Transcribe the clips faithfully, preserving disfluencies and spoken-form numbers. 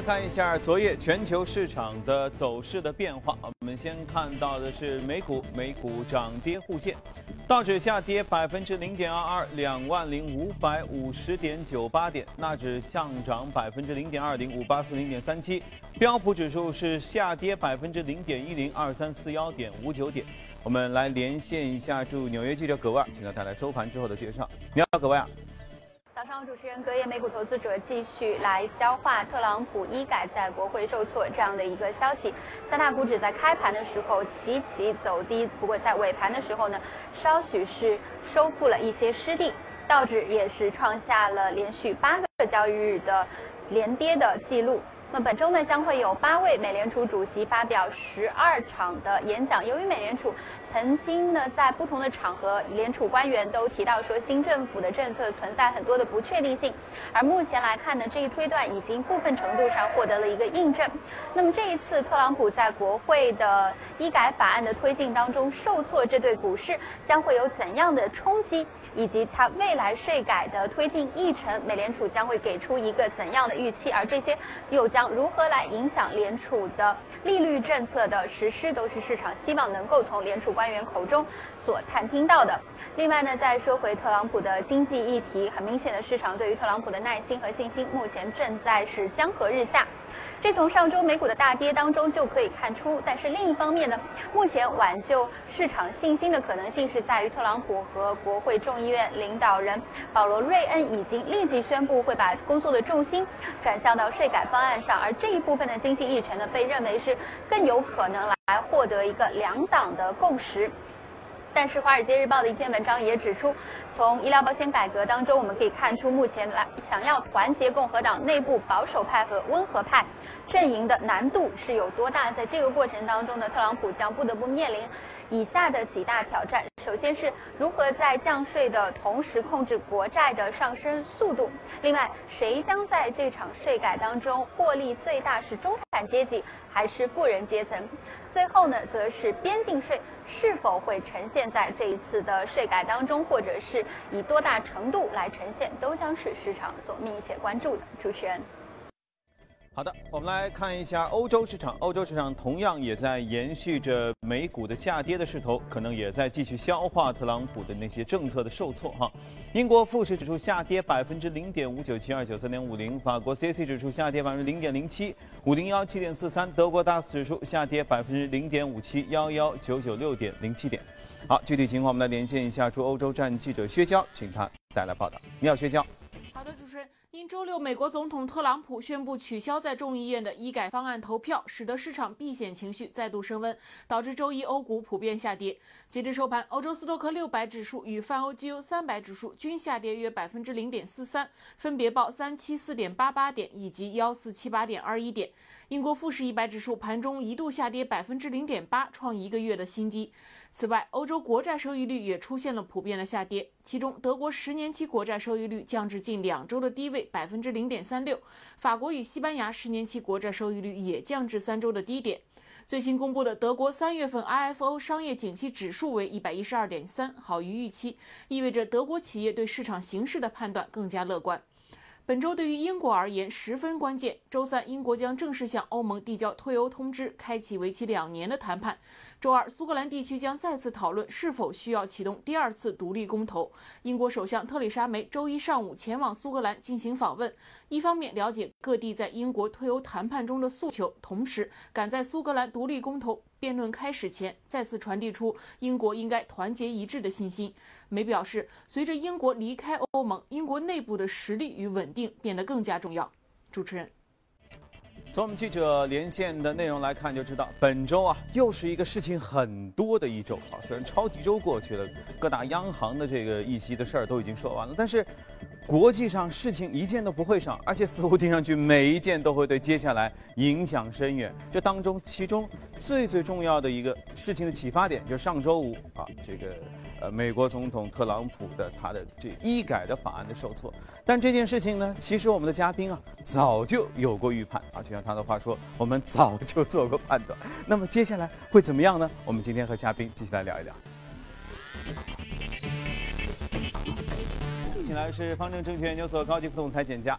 看一下昨夜全球市场的走势的变化。我们先看到的是美股，美股涨跌互现，道指下跌百分之零点二二，两万零五百五十点九八点；纳指上涨百分之零点二零，五八四零点三七；标普指数是下跌百分之零点一零，二三四幺点五九点。我们来连线一下驻纽约记者葛万，请他带来收盘之后的介绍。你好，葛万啊。 早上，主持人，隔夜美股投资者继续来消化特朗普医改在国会受挫这样的一个消息。三大股指在开盘的时候齐齐走低，不过在尾盘的时候呢，稍许是收复了一些失地。道指也是创下了连续八个交易日的连跌的记录。 那本周呢，将会有八位美联储主席发表十二场的演讲。由于美联储曾经呢，在不同的场合，联储官员都提到说，新政府的政策存在很多的不确定性。而目前来看呢，这一推断已经部分程度上获得了一个印证。那么这一次，特朗普在国会的医改法案的推进当中受挫，这对股市将会有怎样的冲击？以及它未来税改的推进议程，美联储将会给出一个怎样的预期？而这些又将 如何来影响联储的利率政策的实施，都是市场希望能够从联储官员口中所探听到的。另外呢，再说回特朗普的经济议题，很明显的，市场对于特朗普的耐心和信心目前正在是江河日下。 这从上周美股的大跌当中就可以看出，但是另一方面呢，目前挽救市场信心的可能性是在于特朗普和国会众议院领导人保罗·瑞恩已经立即宣布会把工作的重心转向到税改方案上，而这一部分的经济议程呢，被认为是更有可能来获得一个两党的共识。 但是，《华尔街日报》的一篇文章也指出，从医疗保险改革当中，我们可以看出，目前来想要团结共和党内部保守派和温和派阵营的难度是有多大。在这个过程当中呢，特朗普将不得不面临以下的几大挑战：首先是如何在降税的同时控制国债的上升速度；另外，谁将在这场税改当中获利最大，是中产阶级还是富人阶层？ 最后呢，则是边境税是否会呈现在这一次的税改当中，或者是以多大程度来呈现，都将是市场所密切关注的。主持人， 好的，我们来看一下欧洲市场。欧洲市场同样也在延续着美股的下跌的势头，可能也在继续消化特朗普的那些政策的受挫哈。英国富时指数下跌百分之零点五九七二九三点五零，法国 C A C 指数下跌百分之零点零七五零幺七点四三，德国DAX指数下跌百分之零点五七幺幺九九六点零七点。好，具体情况我们来连线一下驻欧洲站记者薛娇，请他带来报道。你好，薛娇。 好的，主持人。因周六美国总统特朗普宣布取消在众议院的医改方案投票，使得市场避险情绪再度升温，导致周一欧股普遍下跌。截至收盘，欧洲斯托克六百指数与泛欧 G O 三百指数均下跌约百分之零点四三，分别报三七四点八八点以及幺四七八点二一点。英国富时一百指数盘中一度下跌百分之零点八，创一个月的新低。 此外，欧洲国债收益率也出现了普遍的下跌，其中德国十年期国债收益率降至近两周的低位百分之零点三六，法国与西班牙十年期国债收益率也降至三周的低点。最新公布的德国三月份 I F O 商业景气指数为一百一十二点三，好于预期，意味着德国企业对市场形势的判断更加乐观。 本周对于英国而言十分关键。周三，英国将正式向欧盟递交退欧通知，开启为期两年的谈判。周二，苏格兰地区将再次讨论是否需要启动第二次独立公投。英国首相特蕾莎梅周一上午前往苏格兰进行访问，一方面了解各地在英国退欧谈判中的诉求，同时赶在苏格兰独立公投辩论开始前，再次传递出英国应该团结一致的信心。 梅表示，随着英国离开欧盟，英国内部的实力与稳定变得更加重要。主持人， 从我们记者连线的内容来看，就知道本周啊又是一个事情很多的一周啊。虽然超级周过去了，各大央行的这个议息的事儿都已经说完了，但是国际上事情一件都不会少，而且似乎听上去每一件都会对接下来影响深远。这当中，其中最最重要的一个事情的启发点，就是上周五啊，这个。 呃，美国总统特朗普的他的这医改的法案的受挫，但这件事情呢，其实我们的嘉宾啊早就有过预判啊，就像他的话说，我们早就做过判断。那么接下来会怎么样呢？我们今天和嘉宾继续来聊一聊。请来是方正证券研究所高级副总裁简佳。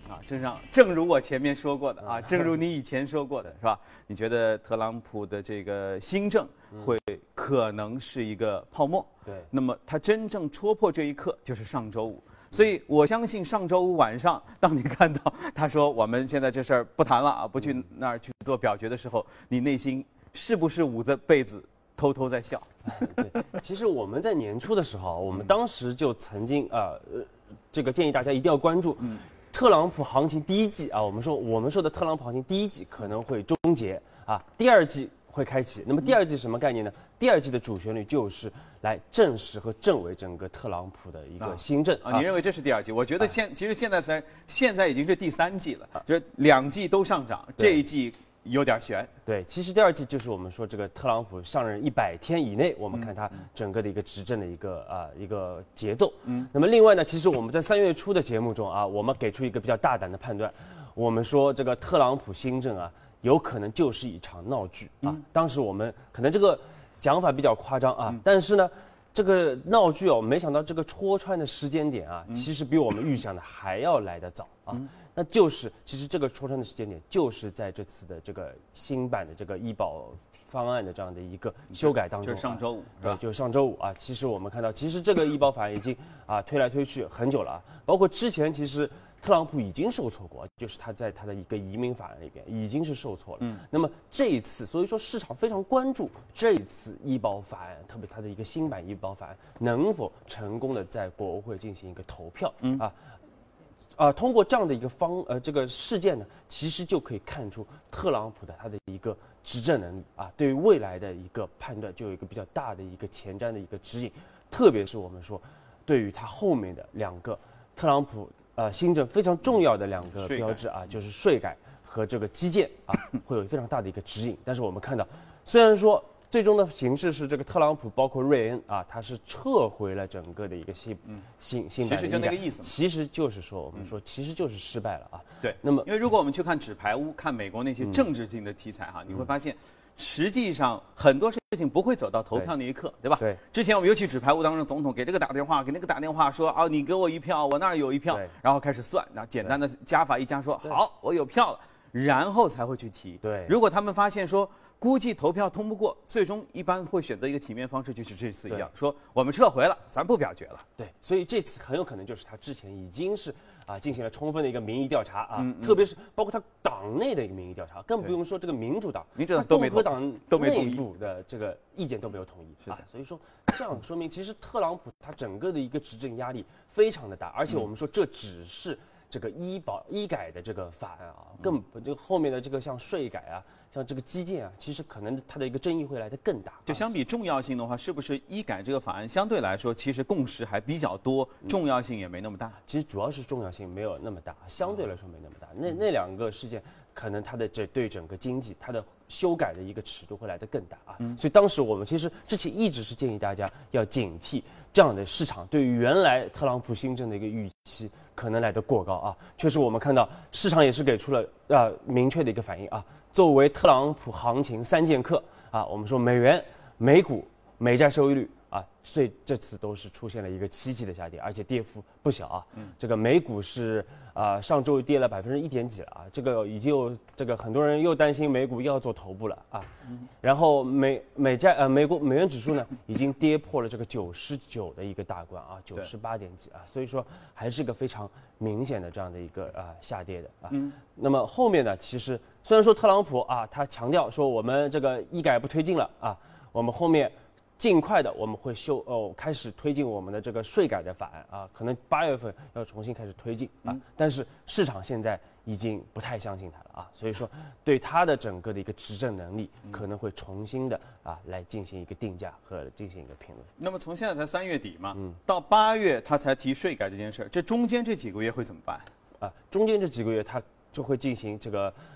啊，正上，正如我前面说过的啊，正如你以前说过的是吧？你觉得特朗普的这个新政会可能是一个泡沫？ 对。 那么他真正戳破这一刻就是上周五，所以我相信上周五晚上，当你看到他说我们现在这事儿不谈了啊，不去那儿去做表决的时候，你内心是不是捂着被子偷偷在笑？ 对，其实我们在年初的时候，我们当时就曾经啊，呃，这个建议大家一定要关注。嗯。特朗普行情第一季啊，我们说我们说的特朗普行情第一季可能会终结啊，第二季会开启。那么第二季什么概念呢？第二季的主旋律就是来证实和证伪整个特朗普的一个新政啊。你认为这是第二季？我觉得现其实现在才现在已经是第三季了，就是两季都上涨，这一季有点悬。 对，其实第二季就是我们说这个特朗普上任一百天以内，我们看他整个的一个执政的一个啊、呃、一个节奏。嗯。那么另外呢，其实我们在三月初的节目中啊，我们给出一个比较大胆的判断，我们说这个特朗普新政啊，有可能就是一场闹剧啊。嗯、当时我们可能这个讲法比较夸张啊，嗯、但是呢，这个闹剧哦，没想到这个戳穿的时间点啊，嗯、其实比我们预想的还要来得早啊。嗯那就是其实这个戳穿的时间点，就是在这次的这个新版的这个医保方案的这样的一个修改当中， 就是上周五， 对，就是上周五啊。其实我们看到，其实这个医保法案已经啊推来推去很久了啊，包括之前其实特朗普已经受挫过，就是他在他的一个移民法案里边已经是受挫了。嗯。那么这一次，所以说市场非常关注这一次医保法案，特别它的一个新版医保法案能否成功的在国会进行一个投票。嗯啊。啊、呃，通过这样的一个方呃这个事件呢，其实就可以看出特朗普的他的一个执政能力啊，对于未来的一个判断就有一个比较大的一个前瞻的一个指引，特别是我们说，对于他后面的两个特朗普呃新政非常重要的两个标志啊，就是税改和这个基建啊，会有非常大的一个指引。但是我们看到，虽然说最终的形式是这个特朗普包括瑞恩啊，他是撤回了整个的一个新、嗯、新新版的， 其实就那个意思嘛。 其实就是说，我们说其实就是失败了啊。 对， 那么因为如果我们去看纸牌屋，看美国那些政治性的题材哈，嗯、你会发现，实际上很多事情不会走到投票那一刻， 对, 对吧？对。之前我们尤其纸牌屋当中，总统给这个打电话，给那个打电话说啊，你给我一票，我那儿有一票，然后开始算，那简单的加法一加说好，我有票了，然后才会去提。 对。 如果他们发现说，估计投票通不过，最终一般会选择一个体面方式，就是这次一样，说我们撤回了，咱不表决了。 对，所以这次很有可能就是他之前已经是啊进行了充分的一个民意调查啊，嗯嗯、特别是包括他党内的一个民意调查，更不用说这个民主党、 民主党都没共和党都没内部的这个意见都没有统一啊，所以说这样说明其实特朗普他整个的一个执政压力非常的大，而且我们说这只是这个医保医改的这个法案啊，更这个后面的这个像税改啊。像这个基建啊，其实可能它的一个争议会来得更大。 就相比重要性的话，是不是医改这个法案相对来说，其实共识还比较多，重要性也没那么大？ 其实主要是重要性没有那么大，相对来说没那么大。那那两个事件，可能它的这对整个经济，它的修改的一个尺度会来得更大啊。嗯、所以当时我们其实之前一直是建议大家要警惕这样的市场对于原来特朗普新政的一个预期可能来得过高啊。确实，我们看到市场也是给出了啊、呃、明确的一个反应啊。作为特朗普行情三剑客啊，我们说美元、美股、美债收益率啊，所以这次都是出现了一个奇迹的下跌，而且跌幅不小啊。嗯，这个美股是啊、呃、上周跌了百分之一点几了啊，这个已经有这个很多人又担心美股要做头部了啊。嗯，然后美美债呃美国美元指数呢已经跌破了这个九十九的一个大关啊，九十八点几啊，所以说还是个非常明显的这样的一个啊、呃、下跌的啊。嗯，那么后面呢，其实虽然说特朗普啊他强调说我们这个医改不推进了啊，我们后面尽快的我们会修哦开始推进我们的这个税改的法案啊，可能八月份要重新开始推进啊，嗯、但是市场现在已经不太相信他了啊，所以说对他的整个的一个执政能力可能会重新的啊来进行一个定价和进行一个评论。 那么从现在才三月底嘛，嗯，到八月他才提税改这件事儿，这中间这几个月会怎么办？ 啊，中间这几个月他就会进行这个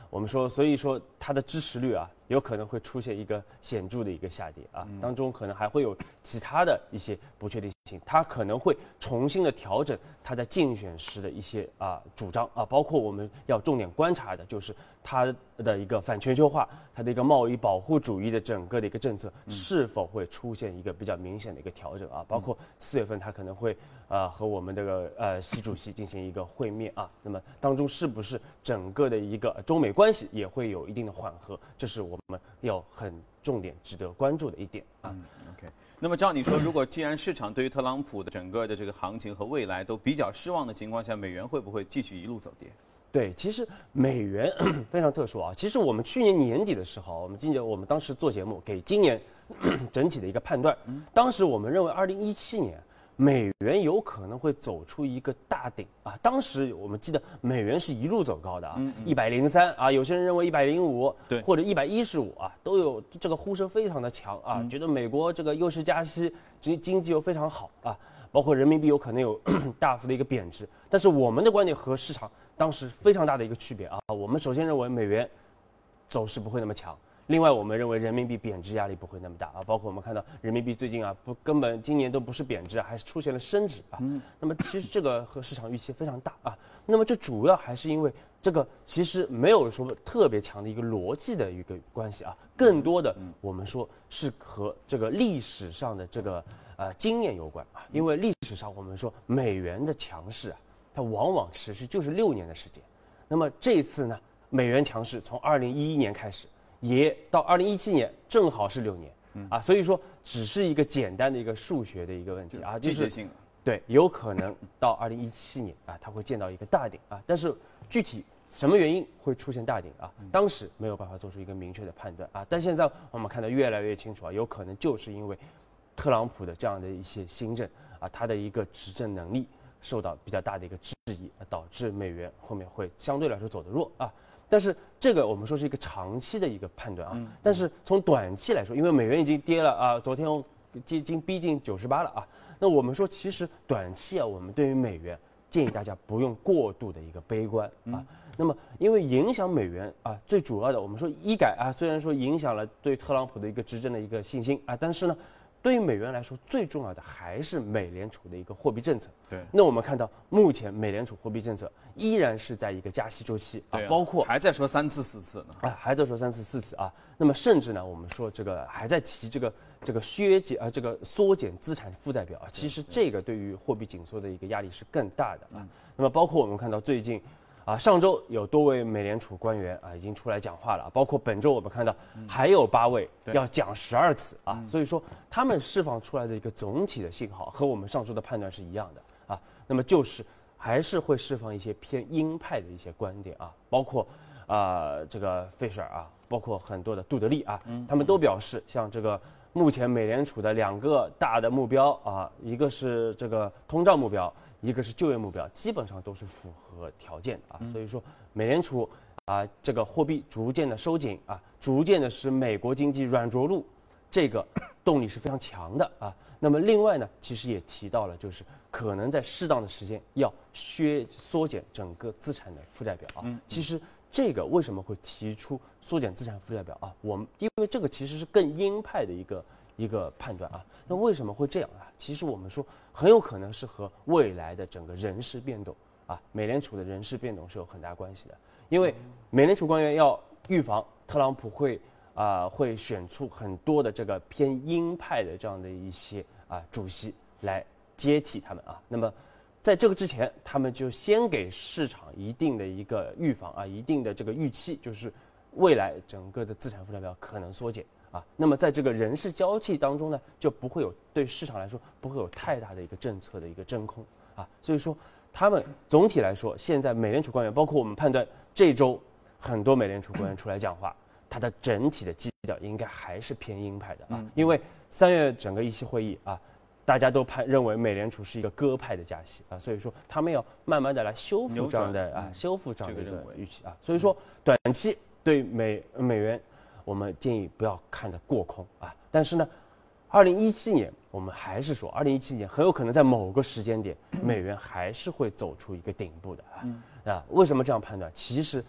我们说，所以说它的支持率啊，有可能会出现一个显著的一个下跌啊，当中可能还会有其他的一些不确定性，它可能会重新的调整它在竞选时的一些啊主张啊，包括我们要重点观察的就是它的一个反全球化，它的一个贸易保护主义的整个的一个政策是否会出现一个比较明显的一个调整啊，包括四月份它可能会呃和我们这个呃习主席进行一个会面啊，那么当中是不是整个的一个中美关系也会有一定的缓和，这是我们要很重点值得关注的一点啊。 嗯 OK， 那么照你说，如果既然市场对于特朗普的整个的这个行情和未来都比较失望的情况下，美元会不会继续一路走跌？ 对，其实美元非常特殊啊。其实我们去年年底的时候，我们今年我们当时做节目给今年整体的一个判断，当时我们认为二零一七年美元有可能会走出一个大顶啊。当时我们记得美元是一路走高的啊，一百零三啊，有些人认为一百零五，对，或者一百一十五啊，都有这个呼声非常的强啊，嗯、觉得美国这个又是加息，经经济又非常好啊，包括人民币有可能有大幅的一个贬值。但是我们的观点和市场当时非常大的一个区别啊，我们首先认为美元走势不会那么强。另外，我们认为人民币贬值压力不会那么大啊，包括我们看到人民币最近啊，不根本今年都不是贬值，还是出现了升值啊。嗯、那么其实这个和市场预期非常大啊。那么这主要还是因为这个其实没有说特别强的一个逻辑的一个关系啊，更多的我们说是和这个历史上的这个呃经验有关啊。因为历史上我们说美元的强势啊，它往往持续就是六年的时间。那么这次呢，美元强势从二零一一年开始。也到二零一七年，正好是六年，嗯、啊，所以说只是一个简单的一个数学的一个问题啊， 就是季节性， 对，有可能到二零一七年啊，它会见到一个大顶啊，但是具体什么原因会出现大顶啊，当时没有办法做出一个明确的判断啊，但现在我们看到越来越清楚啊，有可能就是因为特朗普的这样的一些新政啊，他的一个执政能力受到比较大的一个质疑，导致美元后面会相对来说走得弱啊。但是这个我们说是一个长期的一个判断啊，嗯、但是从短期来说，因为美元已经跌了啊，昨天接近逼近九十八了啊，那我们说其实短期啊，我们对于美元建议大家不用过度的一个悲观啊。嗯、那么因为影响美元啊，最主要的我们说医改啊，虽然说影响了对特朗普的一个执政的一个信心啊，但是呢，对于美元来说，最重要的还是美联储的一个货币政策。 对， 那我们看到目前美联储货币政策依然是在一个加息周期啊，包括还在说三次四次呢， 啊，还在说三次四次啊。那么甚至呢，我们说这个还在提这个这个削减啊，这个缩减资产负债表啊，其实这个对于货币紧缩的一个压力是更大的啊。那么包括我们看到最近。啊，上周有多位美联储官员啊已经出来讲话了，包括本周我们看到还有八位要讲十二次啊，所以说他们释放出来的一个总体的信号和我们上周的判断是一样的啊，那么就是还是会释放一些偏鹰派的一些观点啊，包括啊、呃、这个费舍尔啊，包括很多的杜德利啊，他们都表示像这个目前美联储的两个大的目标啊，一个是这个通胀目标。一个是就业目标，基本上都是符合条件的啊，所以说美联储啊这个货币逐渐的收紧啊，逐渐的使美国经济软着陆，这个动力是非常强的啊。那么另外呢，其实也提到了，就是可能在适当的时间要削缩减整个资产的负债表啊。嗯、其实这个为什么会提出缩减资产负债表啊？我们因为这个其实是更鹰派的一个。一个判断啊，那为什么会这样啊？其实我们说很有可能是和未来的整个人事变动啊，美联储的人事变动是有很大关系的。因为美联储官员要预防特朗普会啊、呃、会选出很多的这个偏鹰派的这样的一些啊主席来接替他们啊。那么在这个之前，他们就先给市场一定的一个预防啊，一定的这个预期，就是未来整个的资产负债表可能缩减。啊，那么在这个人事交替当中呢，就不会有对市场来说不会有太大的一个政策的一个真空啊，所以说他们总体来说，现在美联储官员，包括我们判断这周很多美联储官员出来讲话，它的整体的基调应该还是偏鹰派的啊，嗯、因为三月整个议息会议啊，大家都判认为美联储是一个鸽派的加息啊，所以说他们要慢慢的来修复这样的啊，修复这样的一个预期啊，所以说短期对美美元。我们建议不要看得过空啊，但是呢，二零一七年我们还是说，二零一七年很有可能在某个时间点，美元还是会走出一个顶部的啊。啊，为什么这样判断？其实，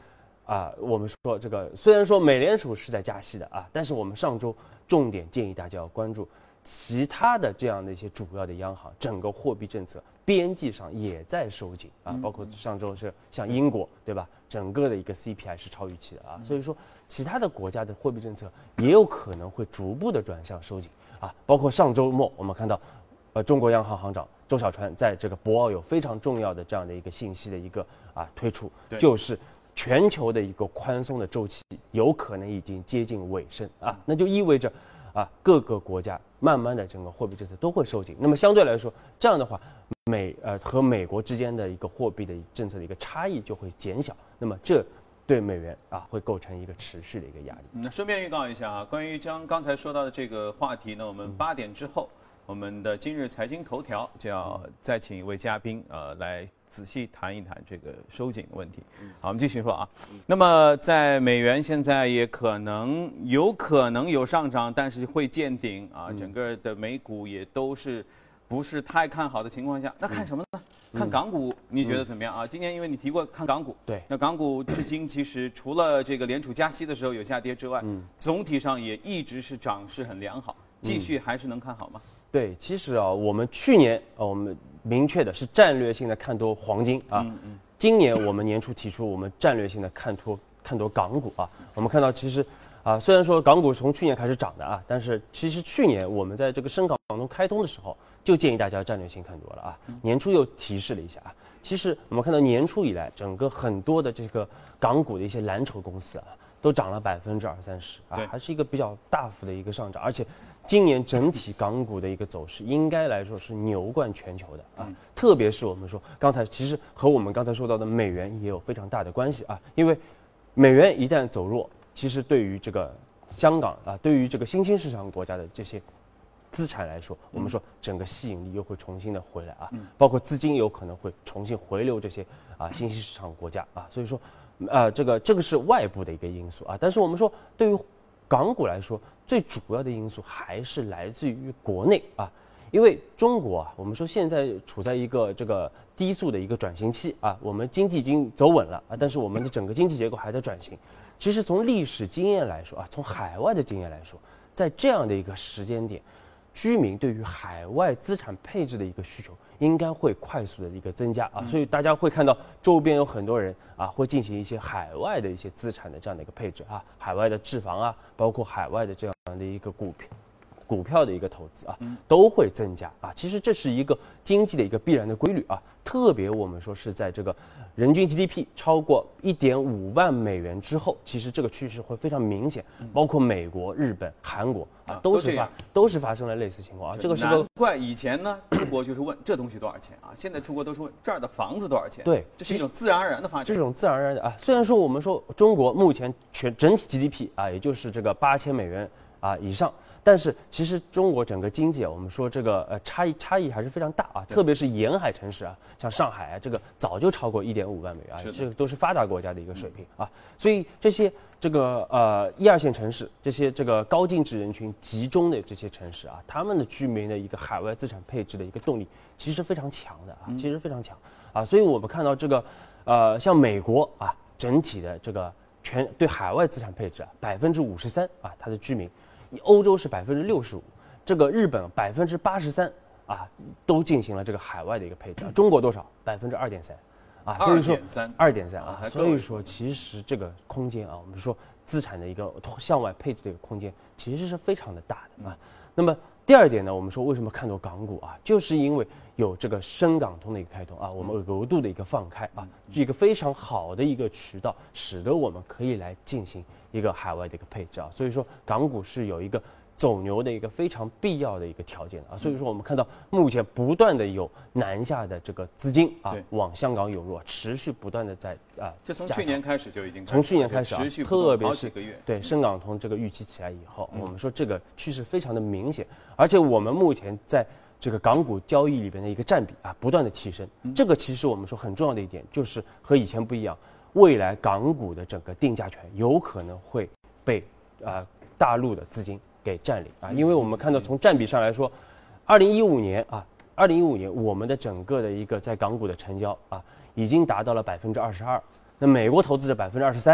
啊，我们说这个虽然说美联储是在加息的啊，但是我们上周重点建议大家要关注其他的这样的一些主要的央行，整个货币政策边际上也在收紧啊，包括上周是像英国对吧，整个的一个 C P I 是超预期的啊，所以说其他的国家的货币政策也有可能会逐步的转向收紧啊，包括上周末我们看到，呃，中国央行行长周小川在这个博鳌有非常重要的这样的一个信息的一个啊推出，就是全球的一个宽松的周期有可能已经接近尾声啊，那就意味着啊各个国家慢慢的整个货币政策都会收紧。那么相对来说，这样的话，美呃和美国之间的一个货币的政策的一个差异就会减小。那么这对美元啊会构成一个持续的一个压力。 那顺便预告一下啊，关于将刚才说到的这个话题呢，我们八点之后，我们的今日财经头条就要再请一位嘉宾呃来仔细谈一谈这个收紧的问题。好，我们继续说啊。那么在美元现在也可能有可能有上涨，但是会见顶啊，整个的美股也都是不是太看好的情况下，那看什么呢？看港股，你觉得怎么样啊？今年因为你提过看港股， 对， 那港股至今其实除了这个联储加息的时候有下跌之外，总体上也一直是涨势很良好，继续还是能看好吗？ 对，其实啊，我们去年啊，我们明确的是战略性的看多黄金啊。嗯嗯、今年我们年初提出我们战略性的看多看多港股啊。我们看到其实啊，虽然说港股从去年开始涨的啊，但是其实去年我们在这个深港通开通的时候就建议大家战略性看多了啊。年初又提示了一下啊。其实我们看到年初以来，整个很多的这个港股的一些蓝筹公司啊，都涨了百分之二三十啊，还是一个比较大幅的一个上涨，而且。今年整体港股的一个走势，应该来说是牛冠全球的啊，嗯、特别是我们说刚才其实和我们刚才说到的美元也有非常大的关系啊，因为美元一旦走弱，其实对于这个香港啊，对于这个新兴市场国家的这些资产来说，我们说整个吸引力又会重新的回来啊，嗯、包括资金有可能会重新回流这些啊新兴市场国家啊，所以说，呃，这个这个是外部的一个因素啊，但是我们说对于港股来说，最主要的因素还是来自于国内啊，因为中国啊，我们说现在处在一个这个低速的一个转型期啊，我们经济已经走稳了啊，但是我们的整个经济结构还在转型。其实从历史经验来说啊，从海外的经验来说，在这样的一个时间点，居民对于海外资产配置的一个需求应该会快速的一个增加啊，所以大家会看到周边有很多人啊会进行一些海外的一些资产的这样的一个配置啊，海外的置房啊，包括海外的这样的一个股票。股票的一个投资啊，都会增加啊。其实这是一个经济的一个必然的规律啊。特别我们说是在这个人均 G D P 超过一点五万美元之后，其实这个趋势会非常明显。包括美国、日本、韩国啊，都是发都是发生了类似情况啊。这个是个难怪以前呢，出国就是问这东西多少钱啊，现在出国都是问这儿的房子多少钱。 对， 这是一种自然而然的发展。 这种自然而然的啊，虽然说我们说中国目前全整体 G D P 啊，也就是这个八千美元啊以上。但是其实中国整个经济啊，我们说这个呃差异差异还是非常大啊，特别是沿海城市啊，像上海啊，这个早就超过一点五万美元啊，这个都是发达国家的一个水平啊。所以这些这个呃一二线城市，这些这个高净值人群集中的这些城市啊，他们的居民的一个海外资产配置的一个动力其实非常强的啊，其实非常强啊。所以我们看到这个呃像美国啊，整体的这个全对海外资产配置啊百分之五十三啊，它的居民。欧洲是百分之六十五，这个日本百分之八十三啊，都进行了这个海外的一个配置。中国多少？百分之二点三，啊，所以说二点三啊，所以说其实这个空间啊，我们说资产的一个向外配置的一个空间，其实是非常的大的啊。那么第二点呢，我们说为什么看多港股啊，就是因为有这个深港通的一个开通啊，我们额度的一个放开啊，一个非常好的一个渠道，使得我们可以来进行一个海外的一个配置啊，所以说港股是有一个走牛的一个非常必要的一个条件啊，所以说我们看到目前不断的有南下的这个资金啊往香港涌入，持续不断的在啊， 这从去年开始就已经从去年开始啊， 持续特别是对深港通这个预期起来以后，我们说这个趋势非常的明显，而且我们目前在这个港股交易里边的一个占比啊不断的提升，这个其实我们说很重要的一点就是和以前不一样。未来港股的整个定价权有可能会被啊、呃、大陆的资金给占领啊，因为我们看到从占比上来说，二零一五年啊，二零一五年我们的整个的一个在港股的成交啊，已经达到了百分之二十二，那美国投资者百分之二十三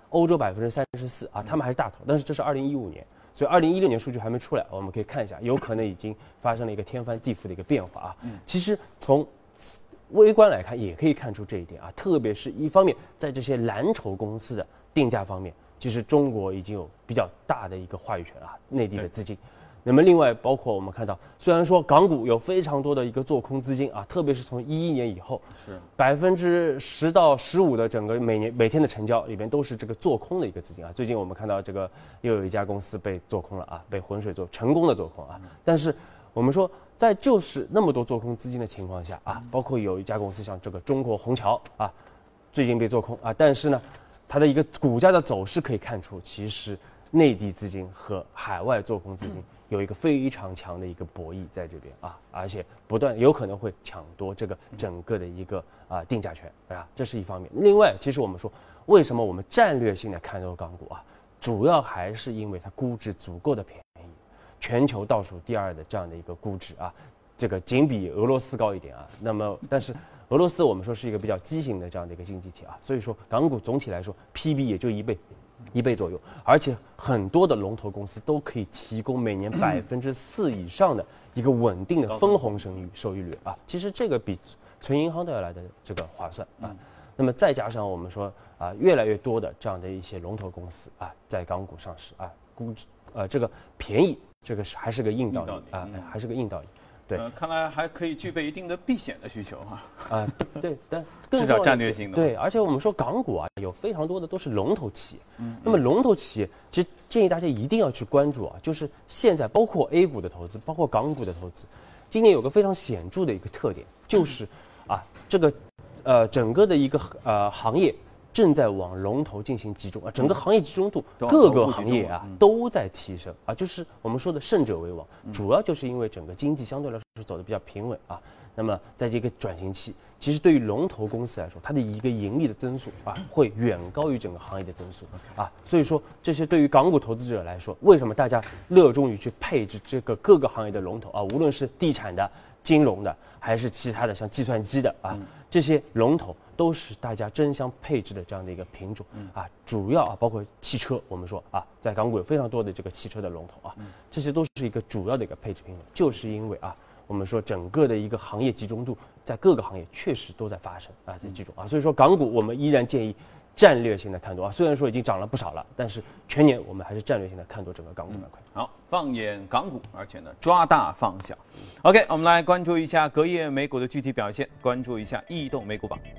欧洲百分之三十四啊，他们还是大头，但是这是二零一五年。所以二零一六年数据还没出来，我们可以看一下，有可能已经发生了一个天翻地覆的一个变化啊。嗯、其实从微观来看，也可以看出这一点啊，特别是一方面，在这些蓝筹公司的定价方面，其实中国已经有比较大的一个话语权啊，内地的资金。那么另外包括我们看到，虽然说港股有非常多的一个做空资金啊，特别是从一一年以后，是百分之十到十五的整个每年每天的成交里边都是这个做空的一个资金啊。最近我们看到这个又有一家公司被做空了啊，被浑水做成功的做空啊。但是我们说，在就是那么多做空资金的情况下啊，包括有一家公司像这个中国虹桥啊，最近被做空啊，但是呢，它的一个股价的走势可以看出，其实内地资金和海外做空资金有一个非常强的一个博弈在这边啊，而且不断有可能会抢夺这个整个的一个啊定价权啊，这是一方面。另外，其实我们说，为什么我们战略性的看多港股啊，主要还是因为它估值足够的便宜，全球倒数第二的这样的一个估值啊，这个仅比俄罗斯高一点啊。那么，但是俄罗斯我们说是一个比较畸形的这样的一个经济体啊，所以说港股总体来说 P B 也就一倍。一倍左右，而且很多的龙头公司都可以提供每年百分之四以上的一个稳定的分红收益收益率啊，其实这个比存银行都要来的这个划算啊。那么再加上我们说啊，越来越多的这样的一些龙头公司啊，在港股上市啊，估值呃这个便宜，这个是还是个硬道理啊，还是个硬道理。对、 呃，看来还可以具备一定的避险的需求啊。 啊，对，但至少战略性的。 对，而且我们说港股啊，有非常多的都是龙头企业。嗯，那么龙头企业，其实建议大家一定要去关注啊，就是现在包括 A 股的投资，包括港股的投资，今年有个非常显著的一个特点，就是啊，这个呃整个的一个呃行业正在往龙头进行集中啊，整个行业集中度，各个行业啊都在提升啊，就是我们说的胜者为王，主要就是因为整个经济相对来说走得比较平稳啊。那么在这个转型期，其实对于龙头公司来说，它的一个盈利的增速啊，会远高于整个行业的增速啊。所以说，这些对于港股投资者来说，为什么大家热衷于去配置这个各个行业的龙头啊？无论是地产的、金融的，还是其他的像计算机的啊，这些龙头都是大家争相配置的这样的一个品种啊。主要啊，包括汽车，我们说啊，在港股有非常多的这个汽车的龙头啊，这些都是一个主要的一个配置品种，就是因为啊。我们说整个的一个行业集中度，在各个行业确实都在发生啊，在集中啊，所以说港股我们依然建议战略性的看多啊，虽然说已经涨了不少了，但是全年我们还是战略性的看多整个港股板块。 好，放眼港股，而且呢抓大放小。OK， 我们来关注一下隔夜美股的具体表现，关注一下异动美股榜。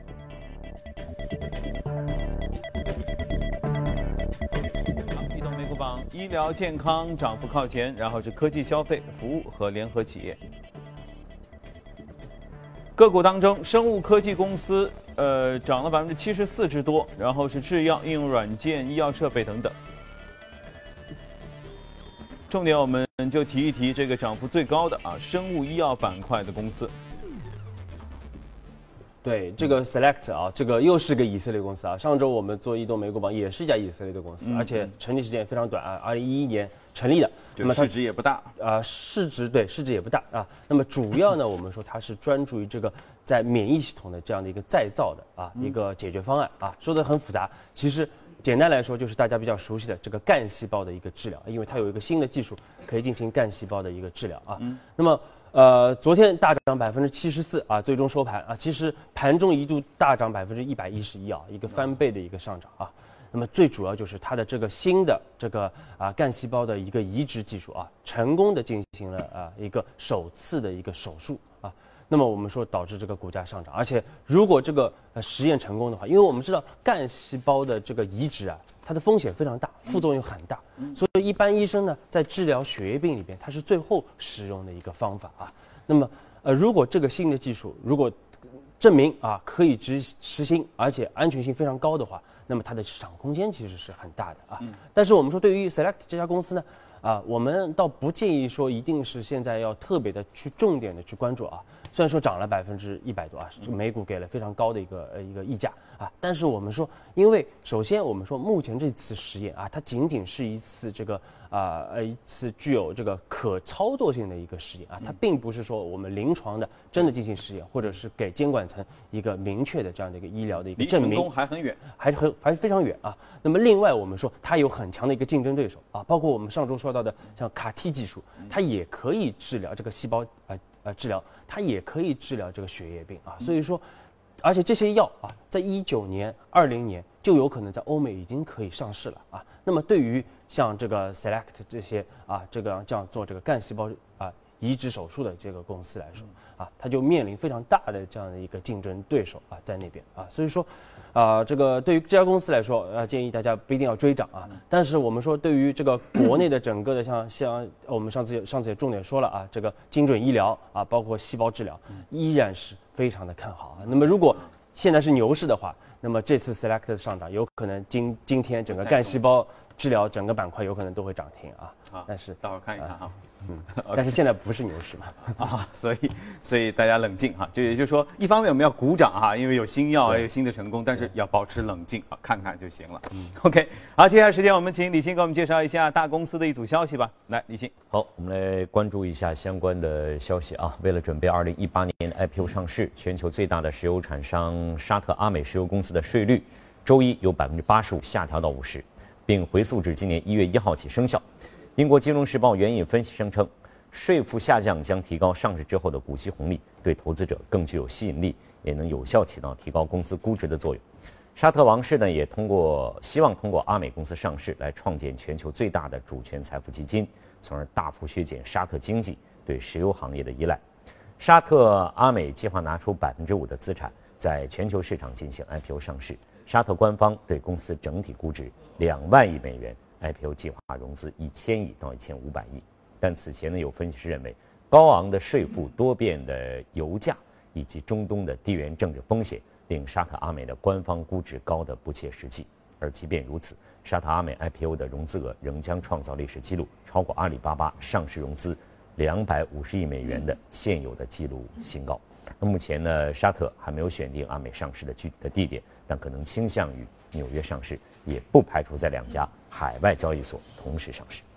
异动美股榜，医疗健康涨幅靠前，然后是科技消费、服务和联合企业。个股当中，生物科技公司呃涨了百分之七十四之多，然后是制药、应用软件、医药设备等等。重点我们就提一提这个涨幅最高的啊，生物医药板块的公司。 对，这个 Select 啊，这个又是个以色列公司啊。上周我们做移动美股榜也是一家以色列的公司，嗯、而且成立时间也非常短啊，二零一一年成立的。 那么市值也不大啊、呃，市值对市值也不大啊。那么主要呢，我们说它是专注于这个在免疫系统的这样的一个再造的啊、嗯、一个解决方案啊。说的很复杂，其实简单来说就是大家比较熟悉的这个干细胞的一个治疗，因为它有一个新的技术可以进行干细胞的一个治疗啊。嗯、那么。呃，昨天大涨百分之七十四啊，最终收盘啊，其实盘中一度大涨百分之一百一十一啊，一个翻倍的一个上涨啊。那么最主要就是它的这个新的这个啊干细胞的一个移植技术啊，成功的进行了啊一个首次的一个手术啊。那么我们说导致这个股价上涨，而且如果这个呃实验成功的话，因为我们知道干细胞的这个移植啊，它的风险非常大，副作用很大，所以一般医生呢在治疗血液病里边，它是最后使用的一个方法啊。那么呃，如果这个新的技术如果证明啊可以执实行，而且安全性非常高的话，那么它的市场空间其实是很大的啊。但是我们说对于 Select 这家公司呢， 啊，我们倒不建议说一定是现在要特别的去重点的去关注啊。虽然说涨了百分之一百多啊，这美股给了非常高的一个呃一个溢价啊，但是我们说，因为首先我们说目前这次实验啊，它仅仅是一次这个啊呃一次具有这个可操作性的一个实验啊，它并不是说我们临床的真的进行实验，或者是给监管层一个明确的这样的一个医疗的一个证明， 离成功还很远， 还是很还是非常远啊。那么另外我们说它有很强的一个竞争对手啊，包括我们上周说到的像卡 T 技术，它也可以治疗这个细胞呃呃治疗，它也可以治疗这个血液病啊。所以说，而且这些药啊，在一九年、二零年就有可能在欧美已经可以上市了啊。那么对于像这个 Select 这些啊，这个这样做这个干细胞啊移植手术的这个公司来说啊，它就面临非常大的这样的一个竞争对手啊，在那边啊。所以说。啊，这个对于这家公司来说，呃，建议大家不一定要追涨啊。但是我们说，对于这个国内的整个的像像我们上次也上次也重点说了啊，这个精准医疗啊，包括细胞治疗，依然是非常的看好啊。那么如果现在是牛市的话，那么这次 Select 的上涨有可能今今天整个干细胞治疗整个板块有可能都会涨停啊。 啊， 但是待会儿看一看哈。 嗯，但是现在不是牛市嘛啊，所以所以大家冷静哈，就也就是说，一方面我们要鼓掌哈，因为有新药，有新的成功，但是要保持冷静啊，看看就行了。嗯 ，OK， 好，接下来时间我们请李欣给我们介绍一下大公司的一组消息吧。来，李欣。 好，我们来关注一下相关的消息啊。为了准备二零一八年 I P O 上市，全球最大的石油产商沙特阿美石油公司的税率，周一由百分之八十五下调到五十，并回溯至今年一月一号起生效。英国金融时报援引分析声称，税负下降将提高上市之后的股息红利，对投资者更具有吸引力，也能有效起到提高公司估值的作用。沙特王室呢，也通过希望通过阿美公司上市来创建全球最大的主权财富基金，从而大幅削减沙特经济对石油行业的依赖。沙特阿美计划拿出百分之五的资产，在全球市场进行 I P O 上市。沙特官方对公司整体估值两万亿美元。I P O 计划融资一千亿到一千五百亿，但此前呢，有分析师认为，高昂的税负、多变的油价以及中东的地缘政治风险，令沙特阿美的官方估值高得不切实际。而即便如此，沙特阿美 I P O 的融资额仍将创造历史记录，超过阿里巴巴上市融资两百五十亿美元的现有的记录新高。那目前呢，沙特还没有选定阿美上市的具体的地点，但可能倾向于纽约上市，也不排除在两家海外交易所同时上市。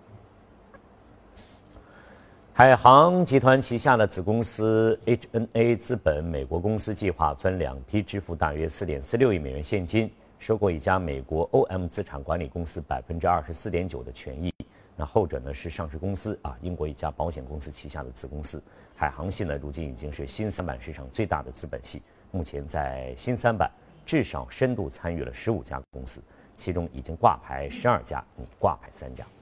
海航集团旗下的子公司 H N A 资本美国公司计划分两批支付大约 四点四六亿美元现金，收购一家美国 O M 资产管理公司 百分之二十四点九 的权益。那后者呢是上市公司啊，英国一家保险公司旗下的子公司。海航系呢，如今已经是新三板市场最大的资本系，目前在新三板至少深度参与了十五家公司，其中已经挂牌十二家，拟挂牌三家。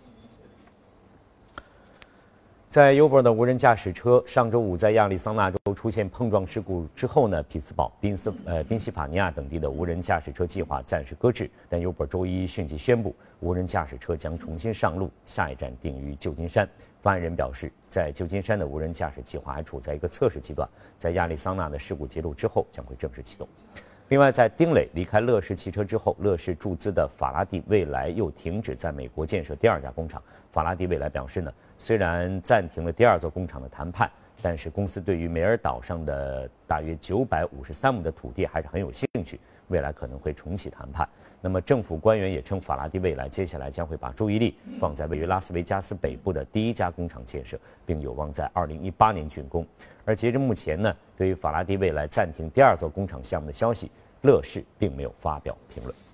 在 Uber 的无人驾驶车上周五在亚利桑那州出现碰撞事故之后呢，匹兹堡、宾斯呃宾夕法尼亚等地的无人驾驶车计划暂时搁置，但 Uber 周一迅即宣布，无人驾驶车将重新上路，下一站定于旧金山。发言人表示，在旧金山的无人驾驶计划还处在一个测试阶段，在亚利桑那的事故揭露之后将会正式启动。另外，在丁磊离开乐视汽车之后，乐视注资的法拉第未来又停止在美国建设第二家工厂。法拉第未来表示呢，虽然暂停了第二座工厂的谈判，但是公司对于梅尔岛上的大约九百五十三亩的土地还是很有兴趣，未来可能会重启谈判。那么政府官员也称，法拉第未来接下来将会把注意力放在位于拉斯维加斯北部的第一家工厂建设，并有望在二零一八年竣工。而截至目前呢，对于法拉第未来暂停第二座工厂项目的消息，乐视并没有发表评论。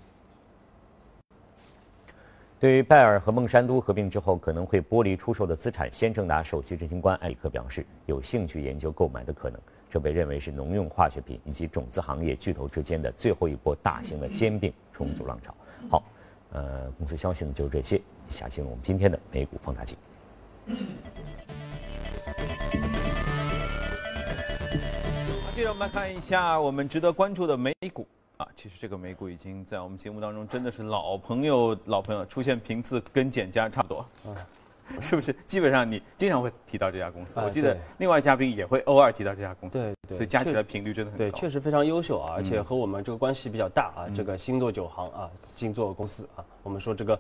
对于拜耳和孟山都合并之后可能会剥离出售的资产，先正达首席执行官埃里克表示，有兴趣研究购买的可能。这被认为是农用化学品以及种子行业巨头之间的最后一波大型的兼并重组浪潮。好，呃，公司消息呢就是这些。以下进入我们今天的美股放大镜。 接着我们来看一下我们值得关注的美股啊，其实这个美股已经在我们节目当中真的是老朋友，老朋友出现频次跟简家差不多。嗯是不是基本上你经常会提到这家公司？ 啊、 我记得另外嘉宾也会偶尔提到这家公司， 对对， 所以加起来频率真的很高。 对，确实非常优秀啊，而且和我们这个关系比较大啊。嗯、这个星座九行啊，星座公司啊，我们说这个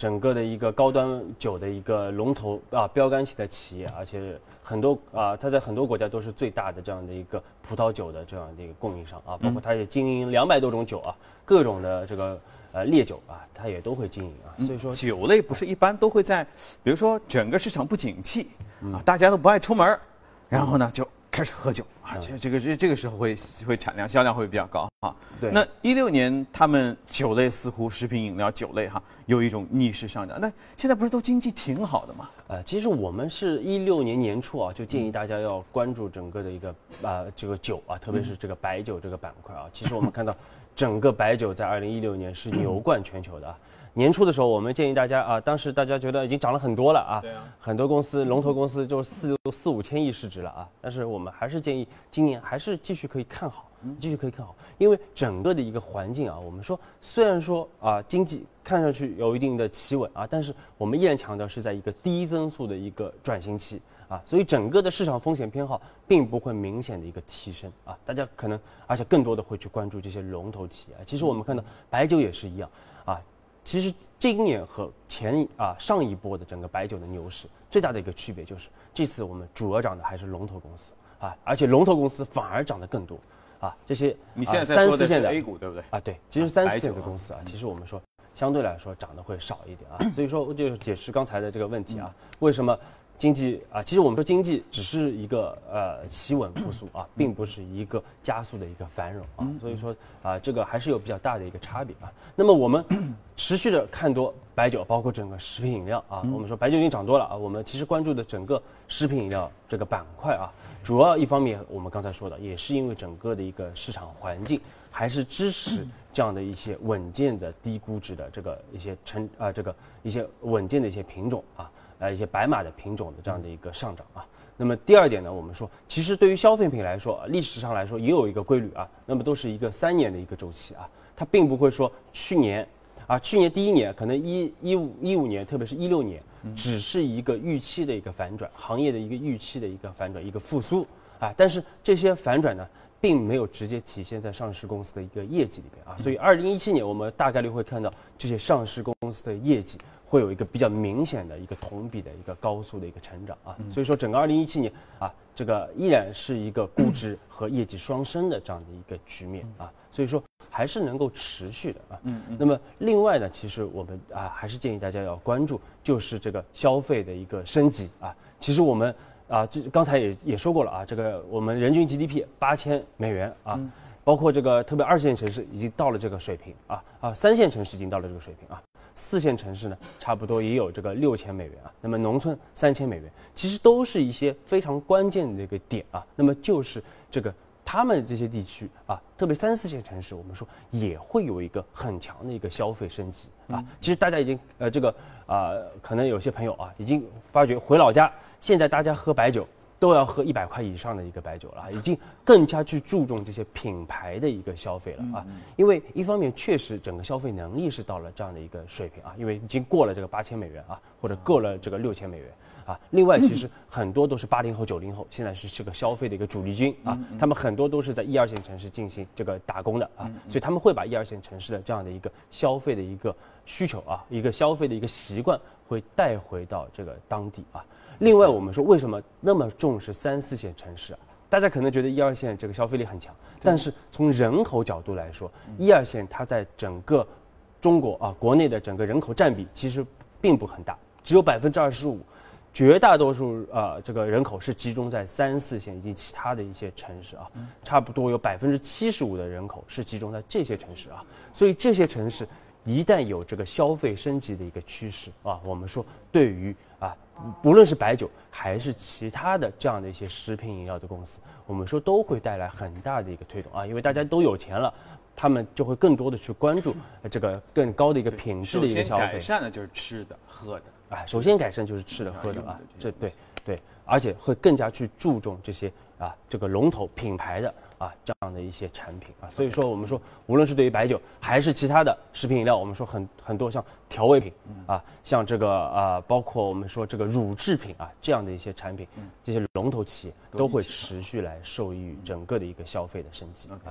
整个的一个高端酒的一个龙头啊标杆性的企业，而且很多啊，它在很多国家都是最大的这样的一个葡萄酒的这样的一个供应商啊，包括它也经营两百多种酒啊，各种的这个呃烈酒啊，它也都会经营啊。所以说酒类不是一般都会在，比如说整个市场不景气啊，大家都不爱出门，然后呢就开始喝酒啊，这这个这这个时候会会产量销量会比较高啊。 对。 那一六年他们酒类似乎食品饮料酒类哈有一种逆势上涨，那现在不是都经济挺好的吗？ 呃，其实我们是一六年年初啊，就建议大家要关注整个的一个啊、呃、这个酒啊，特别是这个白酒这个板块啊。其实我们看到整个白酒在二零一六年是牛冠全球的啊。年初的时候，我们建议大家啊，当时大家觉得已经涨了很多了啊， 对啊， 很多公司龙头公司就四四五千亿市值了啊，但是我们还是建议今年还是继续可以看好，继续可以看好，因为整个的一个环境啊，我们说虽然说啊经济看上去有一定的企稳啊，但是我们依然强调是在一个低增速的一个转型期啊，所以整个的市场风险偏好并不会明显的一个提升啊，大家可能而且更多的会去关注这些龙头企业。其实我们看到白酒也是一样啊。其实今年和前啊上一波的整个白酒的牛市最大的一个区别就是，这次我们主要涨的还是龙头公司啊，而且龙头公司反而涨得更多啊。这些你现在在三说的是四线的 A 股对不对？ 啊，对，其实三四线白酒的公司啊，其实我们说相对来说涨得会少一点啊。所以说我就解释刚才的这个问题啊，为什么？经济啊，其实我们说经济只是一个呃企稳复苏啊，并不是一个加速的一个繁荣啊，所以说啊，这个还是有比较大的一个差别啊。那么我们持续的看多白酒，包括整个食品饮料啊，我们说白酒已经涨多了啊，我们其实关注的整个食品饮料这个板块啊，主要一方面我们刚才说的，也是因为整个的一个市场环境还是支持这样的一些稳健的低估值的这个一些成啊这个一些稳健的一些品种啊。呃，一些白马的品种的这样的一个上涨啊。那么第二点呢，我们说，其实对于消费品来说，历史上来说也有一个规律啊，那么都是一个三年的一个周期啊，它并不会说去年啊，去年第一年可能一一五一五年，特别是一六年，只是一个预期的一个反转，行业的一个预期的一个反转，一个复苏啊，但是这些反转呢，并没有直接体现在上市公司的一个业绩里边啊，所以二零一七年我们大概率会看到这些上市公司的业绩会有一个比较明显的一个同比的一个高速的一个成长啊，所以说整个二零一七年啊，这个依然是一个估值和业绩双升的这样的一个局面啊，所以说还是能够持续的啊。嗯嗯。那么另外呢，其实我们啊还是建议大家要关注，就是这个消费的一个升级啊。其实我们啊，这刚才也也说过了啊，这个我们人均 G D P 八千美元啊。嗯，包括这个特别二线城市已经到了这个水平啊啊，三线城市已经到了这个水平啊。四线城市呢，差不多也有这个六千美元啊，那么农村三千美元，其实都是一些非常关键的一个点啊。那么就是这个他们这些地区啊，特别三四线城市，我们说也会有一个很强的一个消费升级啊。其实大家已经呃这个啊、呃，可能有些朋友啊，已经发觉回老家，现在大家喝白酒都要喝一百块以上的一个白酒了，已经更加去注重这些品牌的一个消费了啊。因为一方面确实整个消费能力是到了这样的一个水平啊，因为已经过了这个八千美元啊，或者过了这个六千美元啊。另外，其实很多都是八零后、九零后，现在是这个消费的一个主力军啊，他们很多都是在一二线城市进行这个打工的啊，所以他们会把一二线城市的这样的一个消费的一个需求啊，一个消费的一个习惯会带回到这个当地啊。另外，我们说为什么那么重视三四线城市啊？大家可能觉得一二线这个消费力很强，但是从人口角度来说，一二线它在整个中国啊国内的整个人口占比其实并不很大，只有百分之二十五，绝大多数啊、呃、这个人口是集中在三四线以及其他的一些城市啊，差不多有百分之七十五的人口是集中在这些城市啊，所以这些城市一旦有这个消费升级的一个趋势啊，我们说对于啊，无论是白酒还是其他的这样的一些食品饮料的公司，我们说都会带来很大的一个推动啊，因为大家都有钱了，他们就会更多的去关注这个更高的一个品质的一个消费。 首先改善的就是吃的、喝的， 啊，首先改善就是吃的、喝的啊，这对对，而且会更加去注重这些啊这个龙头品牌的啊这样的一些产品啊，所以说我们说，无论是对于白酒还是其他的食品饮料，我们说很很多像调味品啊，像这个啊，包括我们说这个乳制品啊这样的一些产品，这些龙头企业都会持续来受益于整个的一个消费的升级啊。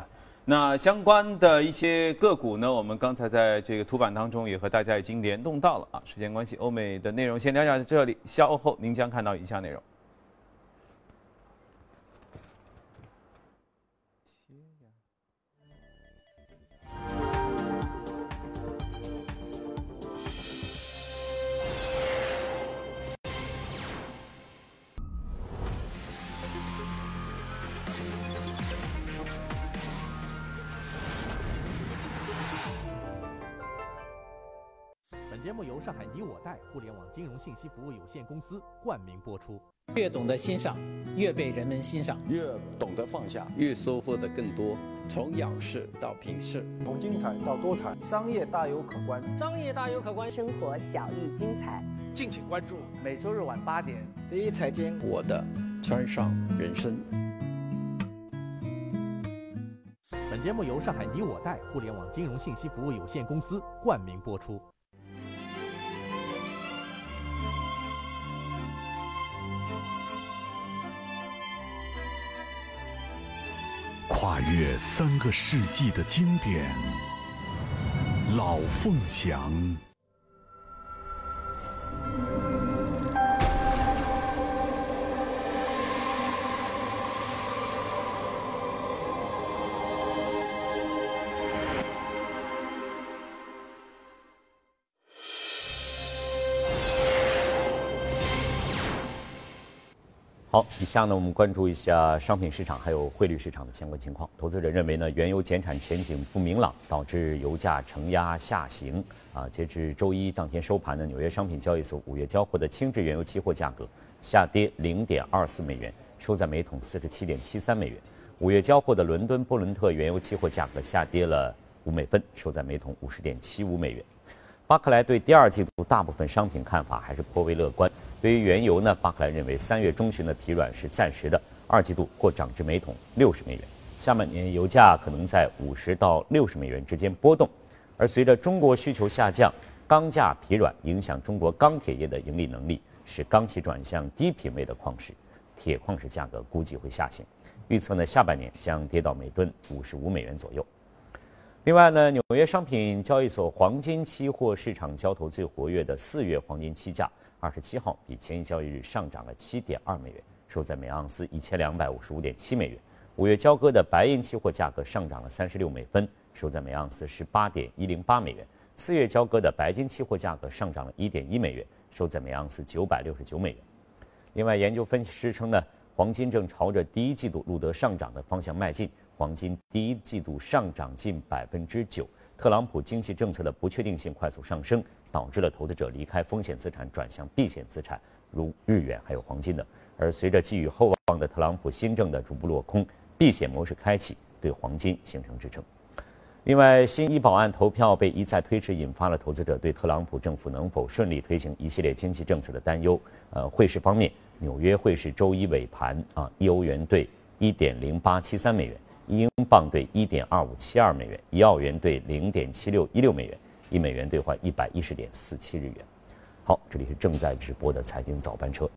那相关的一些个股呢，我们刚才在这个图版当中也和大家已经联动到了啊。时间关系，欧美的内容先了解到这里，稍后您将看到以下内容。 本节目由上海你我贷互联网金融信息服务有限公司冠名播出。 越懂得欣赏，越被人们欣赏； 越懂得放下，越收获的更多。从仰视到平视， 从精彩到多彩， 商业大有可观， 商业大有可观， 生活小艺精彩。 敬请关注每周日晚八点， 第一财经我的川上人生。 本节目由上海你我贷互联网金融信息服务有限公司冠名播出。 跨越三个世纪的经典，老凤祥。 好，以下呢，我们关注一下商品市场还有汇率市场的相关情况。投资者认为呢，原油减产前景不明朗，导致油价承压下行。啊，截至周一当天收盘呢，纽约商品交易所五月交货的轻质原油期货价格下跌零点二四美元，收在每桶四十七点七三美元。五月交货的伦敦布伦特原油期货价格下跌了五美分，收在每桶五十点七五美元。巴克莱对第二季度大部分商品看法还是颇为乐观。对于原油呢，巴克莱认为三月中旬的疲软是暂时的，二季度或涨至每桶六十美元。下半年油价可能在五十到六十美元之间波动。而随着中国需求下降，钢价疲软影响中国钢铁业的盈利能力，使钢企转向低品位的矿石，铁矿石价格估计会下行。预测呢，下半年将跌到每吨五十五美元左右。另外呢，纽约商品交易所黄金期货市场交投最活跃的四月黄金期价，二十七号比前一交易日上涨了七点二美元，收在每盎司一千两百五十五点七美元。五月交割的白银期货价格上涨了三十六美分，收在每盎司十八点一零八美元。四月交割的白金期货价格上涨了一点一美元，收在每盎司九百六十九美元。另外，研究分析师称呢，黄金正朝着第一季度录得上涨的方向迈进。黄金第一季度上涨近百分之九，特朗普经济政策的不确定性快速上升，导致了投资者离开风险资产转向避险资产，如日元还有黄金等。而随着寄予厚望的特朗普新政的逐步落空，避险模式开启，对黄金形成支撑。另外，新医保案投票被一再推迟，引发了投资者对特朗普政府能否顺利推行一系列经济政策的担忧。呃，汇市方面，纽约汇市周一尾盘啊，一欧元兑一点零八七三美元。一英镑兑一点二五七二美元，一澳元兑零点七六一六美元，一美元兑换一百一十点四七日元。好，这里是正在直播的财经早班车，